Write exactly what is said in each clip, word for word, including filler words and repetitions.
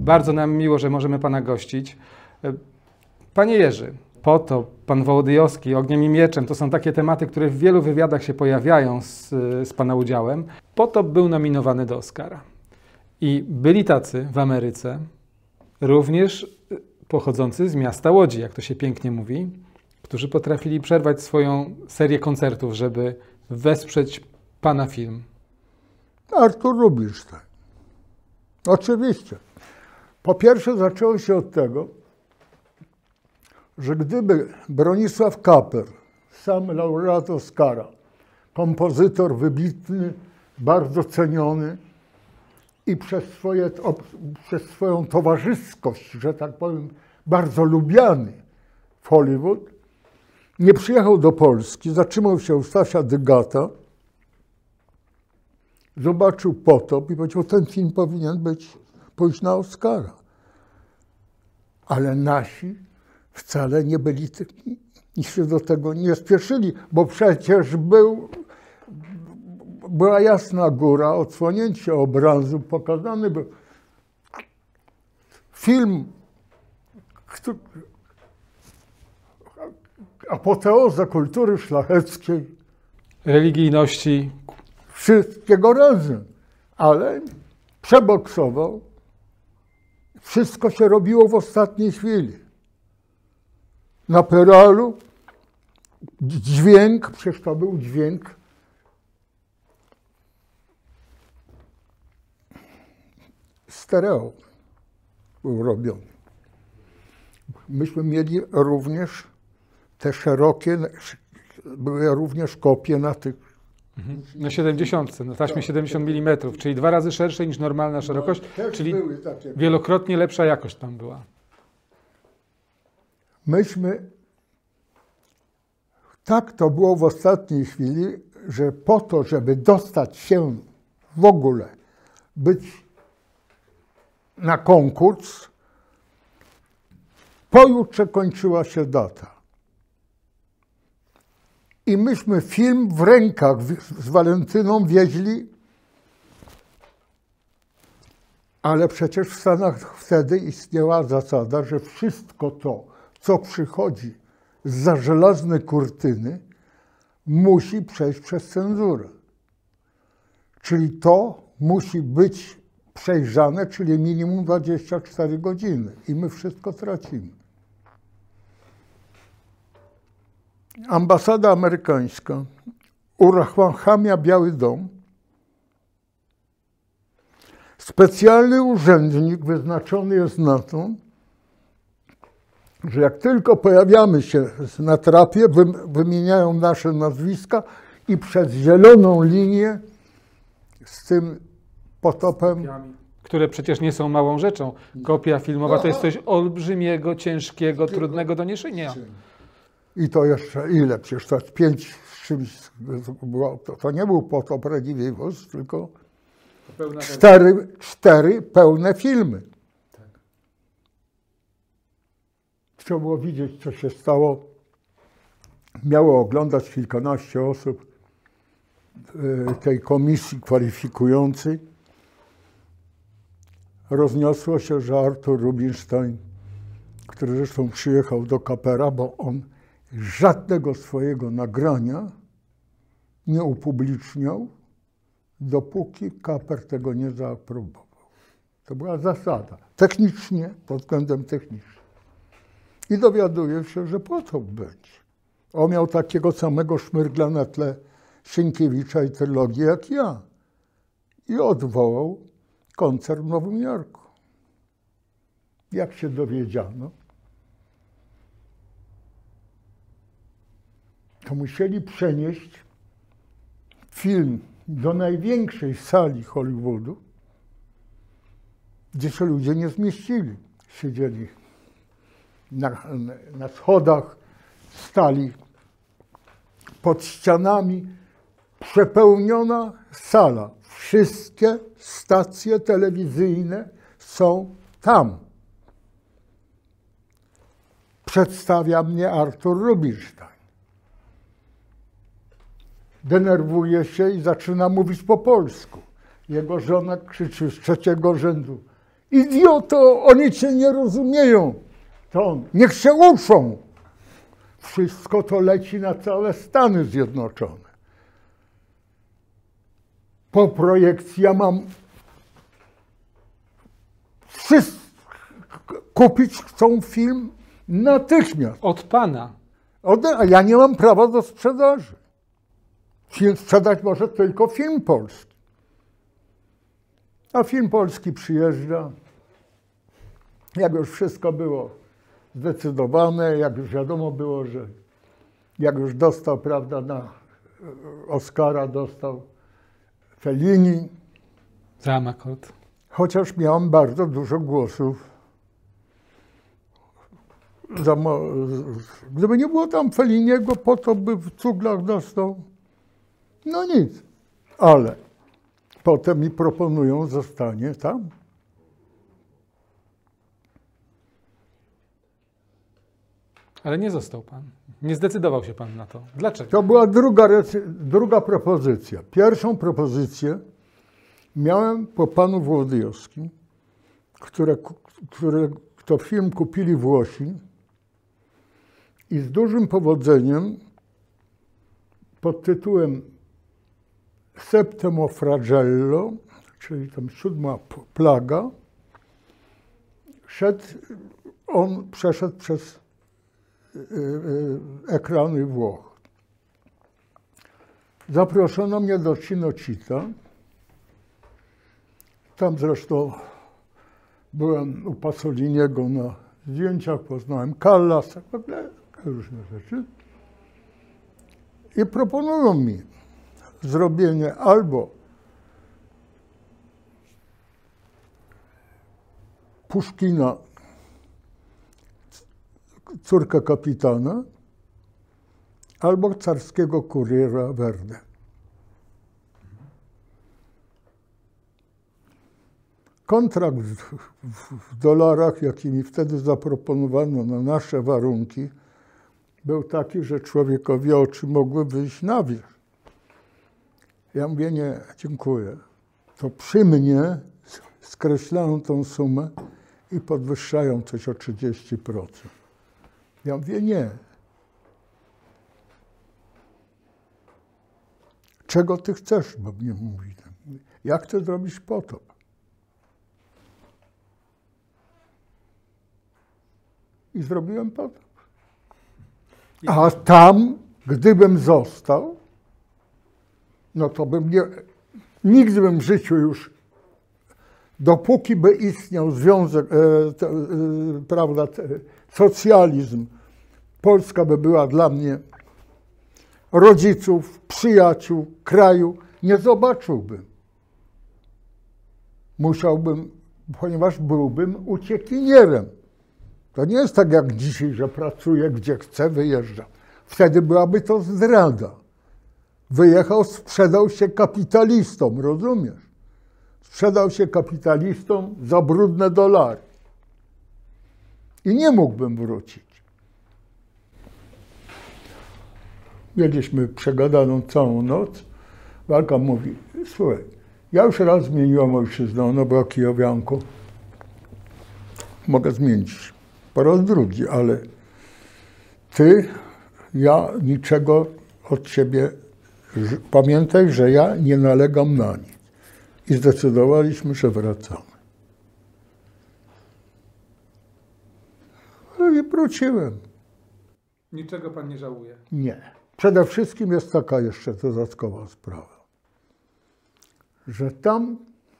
Bardzo nam miło, że możemy Pana gościć. Panie Jerzy, Potop, Pan Wołodyjowski, Ogniem i Mieczem to są takie tematy, które w wielu wywiadach się pojawiają z, z Pana udziałem. Potop był nominowany do Oscara. I byli tacy w Ameryce, również pochodzący z miasta Łodzi, jak to się pięknie mówi, którzy potrafili przerwać swoją serię koncertów, żeby wesprzeć Pana film. Artur Rubinstein. Oczywiście. Po pierwsze zaczęło się od tego, że gdyby Bronisław Kaper, sam laureat Oscara, kompozytor wybitny, bardzo ceniony i przez, swoje, przez swoją towarzyskość, że tak powiem, bardzo lubiany w Hollywood, nie przyjechał do Polski, zatrzymał się u Stasia Dygata, zobaczył Potop i powiedział, ten film powinien być, pójść na Oscara. Ale nasi wcale nie byli, i się do tego nie spieszyli, bo przecież był, była jasna góra, odsłonięcie obrazu, pokazany był film, który, apoteoza kultury szlacheckiej. Religijności. Wszystkiego razem, ale przeboksował. Wszystko się robiło w ostatniej chwili. Na Peralu dźwięk, przecież to był dźwięk stereo był robiony. Myśmy mieli również te szerokie, były również kopie na tych. Mhm. Na siedemdziesiątce, na taśmie siedemdziesiąt milimetrów, czyli dwa razy szersze niż normalna szerokość, no, czyli wielokrotnie lepsza jakość tam była. Myśmy, tak to było w ostatniej chwili, że po to, żeby dostać się w ogóle, być na konkurs, pojutrze kończyła się data. I myśmy film w rękach z Walentyną wieźli, ale przecież w Stanach wtedy istniała zasada, że wszystko to, co przychodzi zza żelaznej kurtyny, musi przejść przez cenzurę. Czyli to musi być przejrzane, czyli minimum dwadzieścia cztery godziny i my wszystko tracimy. Ambasada amerykańska uruchamia Biały Dom. Specjalny urzędnik wyznaczony jest na to, że jak tylko pojawiamy się na trapie, wymieniają nasze nazwiska i przez zieloną linię z tym Potopem. Które przecież nie są małą rzeczą. Kopia filmowa to jest coś olbrzymiego, ciężkiego, trudnego do niesienia. I to jeszcze ile? Przecież to pięć z czymś było. To, to nie był Potop Radziwiłł, tylko cztery, cztery pełne filmy. Tak. Trzeba było widzieć, co się stało. Miało oglądać kilkanaście osób tej komisji kwalifikującej. Rozniosło się, że Artur Rubinstein, który zresztą przyjechał do Kapera, bo on żadnego swojego nagrania nie upubliczniał, dopóki Kaper tego nie zaaprobował. To była zasada. Technicznie, pod względem technicznym. I dowiaduje się, że Potop będzie. On miał takiego samego szmyrgla na tle Sienkiewicza i trylogii jak ja. I odwołał koncert w Nowym Jorku. Jak się dowiedziano, to musieli przenieść film do największej sali Hollywoodu, gdzie się ludzie nie zmieścili. Siedzieli na, na schodach, stali pod ścianami, przepełniona sala. Wszystkie stacje telewizyjne są tam. Przedstawia mnie Artur Rubinstein. Denerwuje się i zaczyna mówić po polsku. Jego żona krzyczy z trzeciego rzędu: Idioto, oni cię nie rozumieją. To on, niech się uczą. Wszystko to leci na całe Stany Zjednoczone. Po projekcji ja mam wszyscy kupić chcą film natychmiast. Od pana. Ode, a ja nie mam prawa do sprzedaży. Film sprzedać może tylko film polski. A film polski przyjeżdża. Jak już wszystko było zdecydowane, jak już wiadomo było, że jak już dostał, prawda, na Oscara dostał Fellini. Za Amakord. Chociaż miałem bardzo dużo głosów. Za, gdyby nie było tam Felliniego, po to by w cuglach dostał. No nic. Ale potem mi proponują zostanie tam. Ale nie został pan. Nie zdecydował się pan na to. Dlaczego? To była druga, druga propozycja. Pierwszą propozycję miałem po panu Wołodyjowskim, które, które to film kupili Włosi i z dużym powodzeniem pod tytułem Septimo Flagello, czyli tam siódma plaga, szedł, on przeszedł przez ekrany Włoch. Zaproszono mnie do Cinecittà. Tam zresztą byłem u Pasoliniego na zdjęciach, poznałem Callasa, różne rzeczy. I proponują mi zrobienie albo Puszkina, Córka kapitana, albo carskiego kuriera Verde. Kontrakt w, w, w dolarach, jaki mi wtedy zaproponowano na nasze warunki, był taki, że człowiekowi oczy mogły wyjść na wierzch. Ja mówię, nie, dziękuję. To przy mnie skreślają tą sumę i podwyższają coś o trzydzieści procent. Ja mówię, nie. Czego ty chcesz, bo mnie mówi. Ja chcę zrobić potop. I zrobiłem potop. A tam, gdybym został, no to bym nie, nigdy bym w życiu już, dopóki by istniał związek, e, te, e, prawda, te, socjalizm, Polska by była dla mnie rodziców, przyjaciół, kraju, nie zobaczyłbym. Musiałbym, ponieważ byłbym uciekinierem. To nie jest tak jak dzisiaj, że pracuję gdzie chcę, wyjeżdżam. Wtedy byłaby to zdrada. Wyjechał, sprzedał się kapitalistom, rozumiesz? Sprzedał się kapitalistom za brudne dolary. I nie mógłbym wrócić. Mieliśmy przegadaną całą noc. Walka mówi, słuchaj, ja już raz zmieniłam ojczyznę, ona była kijowianką. Mogę zmienić po raz drugi, ale ty, ja niczego od ciebie, pamiętaj, że ja nie nalegam na nic. I zdecydowaliśmy, że wracamy. No i wróciłem. Niczego pan nie żałuje? Nie. Przede wszystkim jest taka jeszcze dodatkowa sprawa, że tam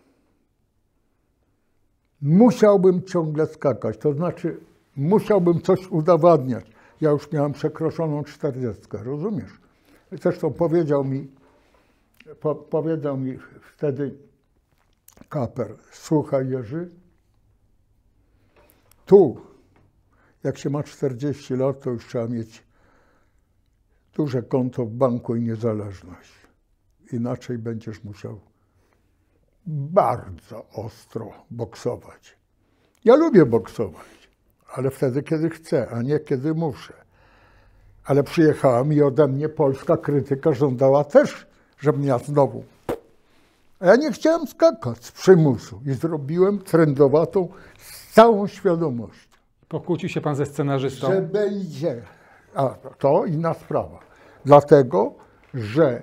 musiałbym ciągle skakać, to znaczy musiałbym coś udowadniać. Ja już miałem przekroczoną czterdziestkę, rozumiesz? Zresztą powiedział mi, po, powiedział mi wtedy Kaper, słuchaj Jerzy, tu, jak się ma czterdzieści lat, to już trzeba mieć duże konto w banku i niezależność. Inaczej będziesz musiał bardzo ostro boksować. Ja lubię boksować, ale wtedy, kiedy chcę, a nie kiedy muszę. Ale przyjechała mi ode mnie polska krytyka, żądała też, żebym ja znowu A ja nie chciałem skakać z przymusu i zrobiłem trędowatą z całą świadomością. Pokłócił się pan ze scenarzystą? Że będzie. A to inna sprawa. Dlatego, że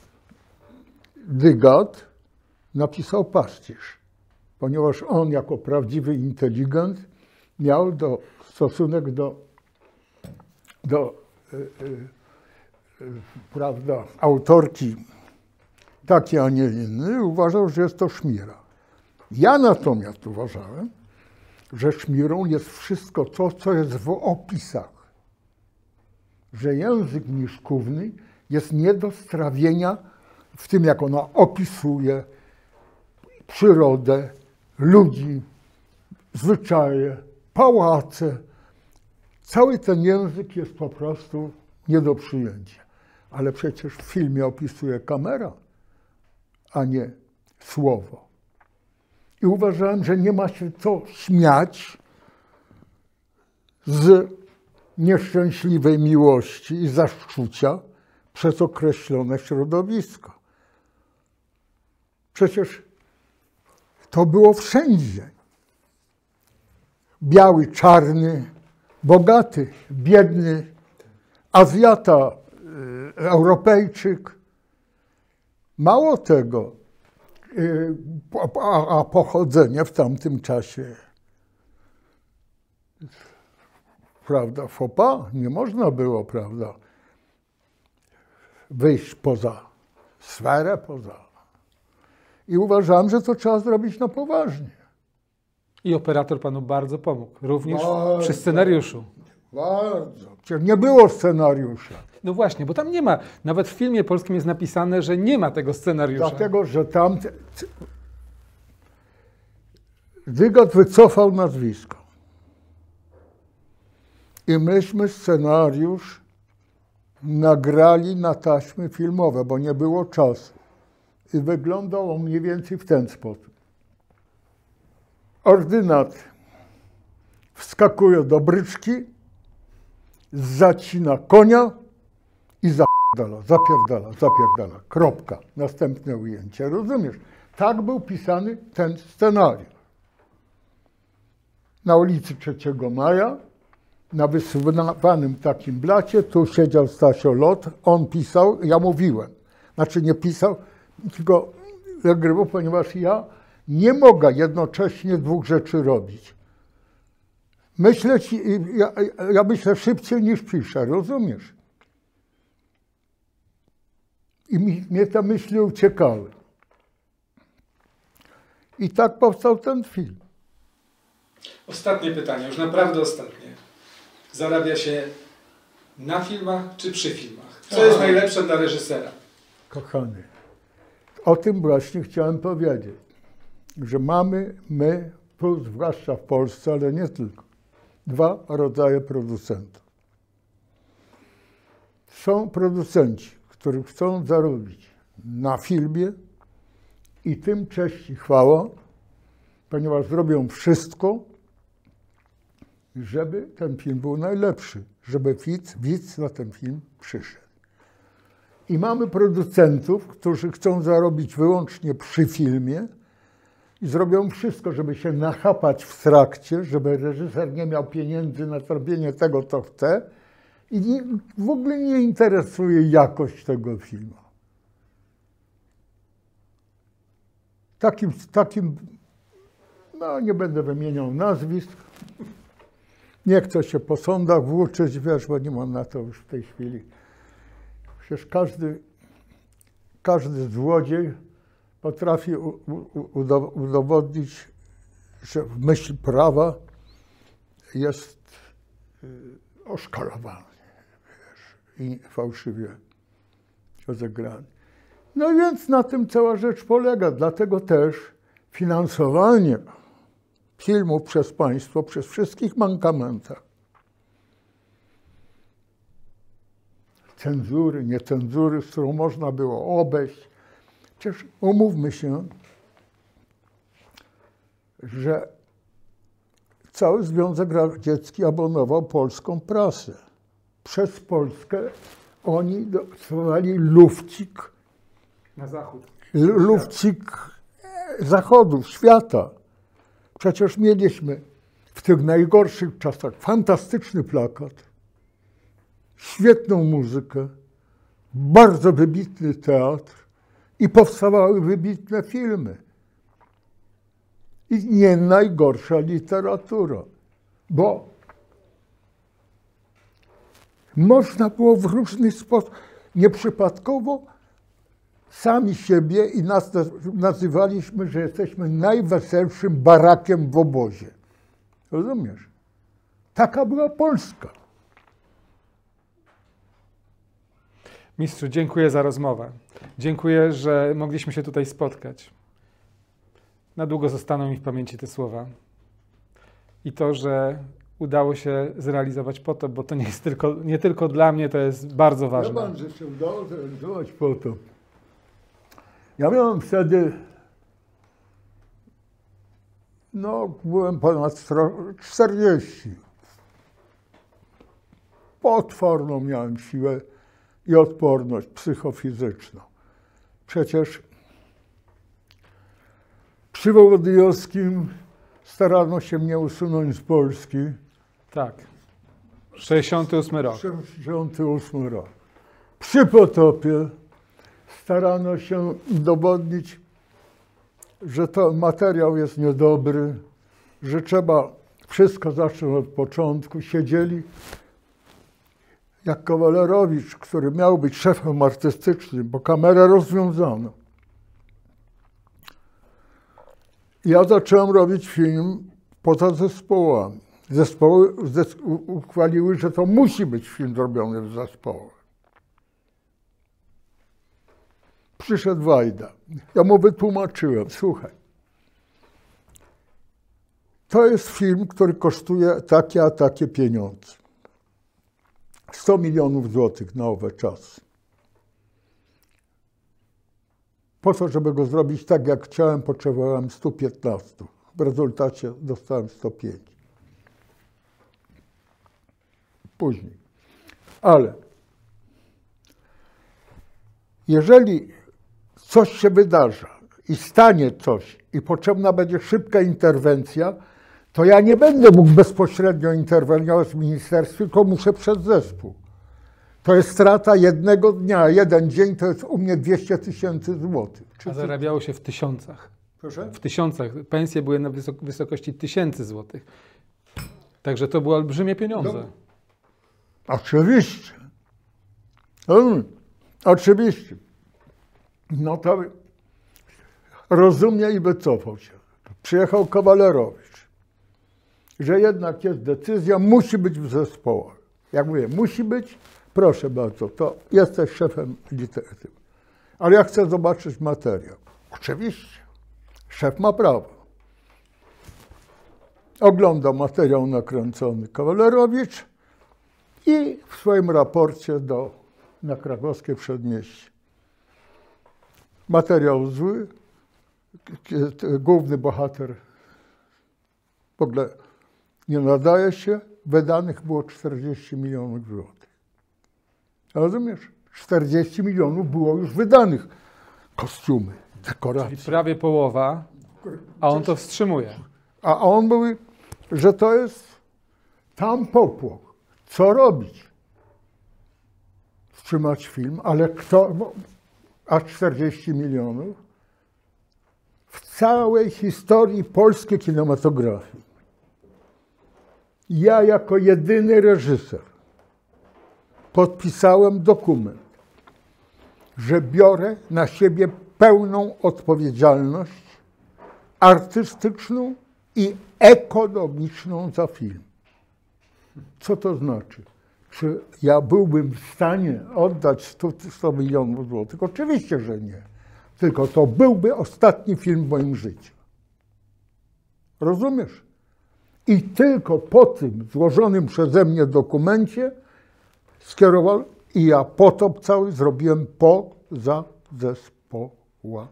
Dygat napisał pastisz, ponieważ on jako prawdziwy inteligent miał do, stosunek do, do y, y, y, prawda, autorki taki, a nie inny, uważał, że jest to szmira. Ja natomiast uważałem, że szmirą jest wszystko to, co jest w opisach. Że język miszkówny jest nie do strawienia w tym, jak ona opisuje przyrodę, ludzi, zwyczaje, pałace. Cały ten język jest po prostu nie do przyjęcia. Ale przecież w filmie opisuje kamera, a nie słowo. I uważałem, że nie ma się co śmiać z nieszczęśliwej miłości i zaszczucia przez określone środowisko. Przecież to było wszędzie. Biały, czarny, bogaty, biedny, Azjata, Europejczyk. Mało tego, a pochodzenie w tamtym czasie, prawda, faux pas, nie można było, prawda, wyjść poza sferę, poza. I uważam, że to trzeba zrobić na poważnie. I operator panu bardzo pomógł, również Bardzo. przy scenariuszu. Bardzo. Przecież nie było scenariusza. No właśnie, bo tam nie ma, nawet w filmie polskim jest napisane, że nie ma tego scenariusza. Dlatego, że tam Dygat wycofał nazwisko. I myśmy scenariusz nagrali na taśmy filmowe, bo nie było czasu. I wyglądał on mniej więcej w ten sposób. Ordynat wskakuje do bryczki, zacina konia i zapierdala, zapierdala, zapierdala. Kropka. Następne ujęcie. Rozumiesz? Tak był pisany ten scenariusz. Na ulicy trzeciego maja, na wysuwanym takim blacie, tu siedział Stasio Lot, on pisał, ja mówiłem. Znaczy nie pisał, tylko nagrywał, ponieważ ja nie mogę jednocześnie dwóch rzeczy robić. Myśleć, ja, ja myślę szybciej niż piszę, rozumiesz? I mi, mnie te myśli uciekały. I tak powstał ten film. Ostatnie pytanie, już naprawdę ostatnie. Zarabia się na filmach czy przy filmach? Co jest najlepsze dla reżysera? Kochany, o tym właśnie chciałem powiedzieć, że mamy my, plus zwłaszcza w Polsce, ale nie tylko, dwa rodzaje producentów. Są producenci, którzy chcą zarobić na filmie i tym cześć i chwała, ponieważ zrobią wszystko, żeby ten film był najlepszy, żeby widz, widz na ten film przyszedł. I mamy producentów, którzy chcą zarobić wyłącznie przy filmie i zrobią wszystko, żeby się nachapać w trakcie, żeby reżyser nie miał pieniędzy na zrobienie tego, co chce i nie, w ogóle nie interesuje jakość tego filmu. Takim, takim, no nie będę wymieniał nazwisk, nie chcę się po sądach włóczyć, wiesz, bo nie mam na to już w tej chwili. Przecież każdy, każdy złodziej potrafi u, u, udowodnić, że w myśl prawa jest oszkalowany, wiesz, i fałszywie rozegrany. No więc na tym cała rzecz polega. Dlatego też finansowanie filmów przez państwo, przez wszystkich mankamentach, cenzury, niecenzury, z którą można było obejść. Przecież umówmy się, że cały Związek Radziecki abonował polską prasę. Przez Polskę oni dostawali lufcik na zachód. lufcik zachodu, świata. Przecież mieliśmy w tych najgorszych czasach fantastyczny plakat, świetną muzykę, bardzo wybitny teatr i powstawały wybitne filmy. I nie najgorsza literatura, bo można było w różny sposób, nieprzypadkowo sami siebie i nas nazywaliśmy, że jesteśmy najweselszym barakiem w obozie. Rozumiesz? Taka była Polska. Mistrzu, dziękuję za rozmowę. Dziękuję, że mogliśmy się tutaj spotkać. Na długo zostaną mi w pamięci te słowa. I to, że udało się zrealizować Potop, bo to nie jest tylko, nie tylko dla mnie, to jest bardzo ważne. Ja pan, że się udało zrealizować Potop. Ja miałem wtedy, no byłem ponad czterdzieści. Potworną miałem siłę i odporność psychofizyczną. Przecież przy Wołodyjowskim starano się mnie usunąć z Polski. Tak. sześćdziesiąty ósmy rok. sześćdziesiąty ósmy rok. Przy Potopie starano się udowodnić, że to materiał jest niedobry, że trzeba wszystko zacząć od początku. Siedzieli jak Kawalerowicz, który miał być szefem artystycznym, bo kamerę rozwiązano. Ja zacząłem robić film poza zespołami. Zespoły uchwaliły, że to musi być film zrobiony w zespołach. Przyszedł Wajda. Ja mu wytłumaczyłem, słuchaj, to jest film, który kosztuje takie a takie pieniądze. sto milionów złotych na owe czasy. Po to, żeby go zrobić tak, jak chciałem, potrzebowałem stu piętnastu. W rezultacie dostałem sto pięć. Później. Ale jeżeli coś się wydarza i stanie coś i potrzebna będzie szybka interwencja, to ja nie będę mógł bezpośrednio interweniować w ministerstwie, tylko muszę przez zespół. To jest strata jednego dnia. Jeden dzień to jest u mnie dwieście tysięcy złotych. A zarabiało się w tysiącach. Proszę? W tysiącach. Pensje były na wysok wysokości tysięcy złotych. Także to były olbrzymie pieniądze. No, oczywiście. Hmm, oczywiście. No to rozumie i wycofał się. Przyjechał Kawalerowicz, że jednak jest decyzja, musi być w zespołach. Jak mówię, musi być, proszę bardzo, to jesteś szefem literatury. Ale ja chcę zobaczyć materiał. Oczywiście, szef ma prawo. Ogląda materiał nakręcony Kawalerowicz i w swoim raporcie do, na Krakowskie Przedmieście. Materiał zły, główny bohater w ogóle nie nadaje się, wydanych było czterdzieści milionów złotych. Rozumiesz? czterdzieści milionów było już wydanych. Kostiumy, dekoracje. Czyli prawie połowa, a on to wstrzymuje. A on mówi, że to jest tam popłoch. Co robić? Wstrzymać film, ale kto... A czterdzieści milionów? W całej historii polskiej kinematografii. Ja jako jedyny reżyser podpisałem dokument, że biorę na siebie pełną odpowiedzialność artystyczną i ekonomiczną za film. Co to znaczy? Czy ja byłbym w stanie oddać sto milionów złotych? Oczywiście, że nie. Tylko to byłby ostatni film w moim życiu. Rozumiesz? I tylko po tym złożonym przeze mnie dokumencie skierowałem i ja Potop cały zrobiłem poza zespołami.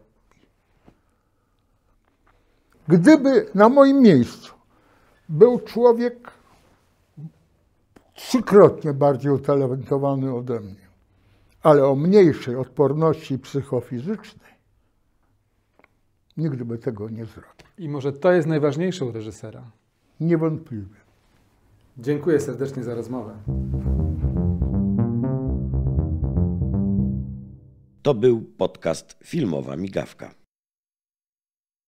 Gdyby na moim miejscu był człowiek trzykrotnie bardziej utalentowany ode mnie, ale o mniejszej odporności psychofizycznej, nigdy by tego nie zrobił. I może to jest najważniejsze u reżysera. Niewątpliwie. Dziękuję serdecznie za rozmowę. To był podcast Filmowa Migawka.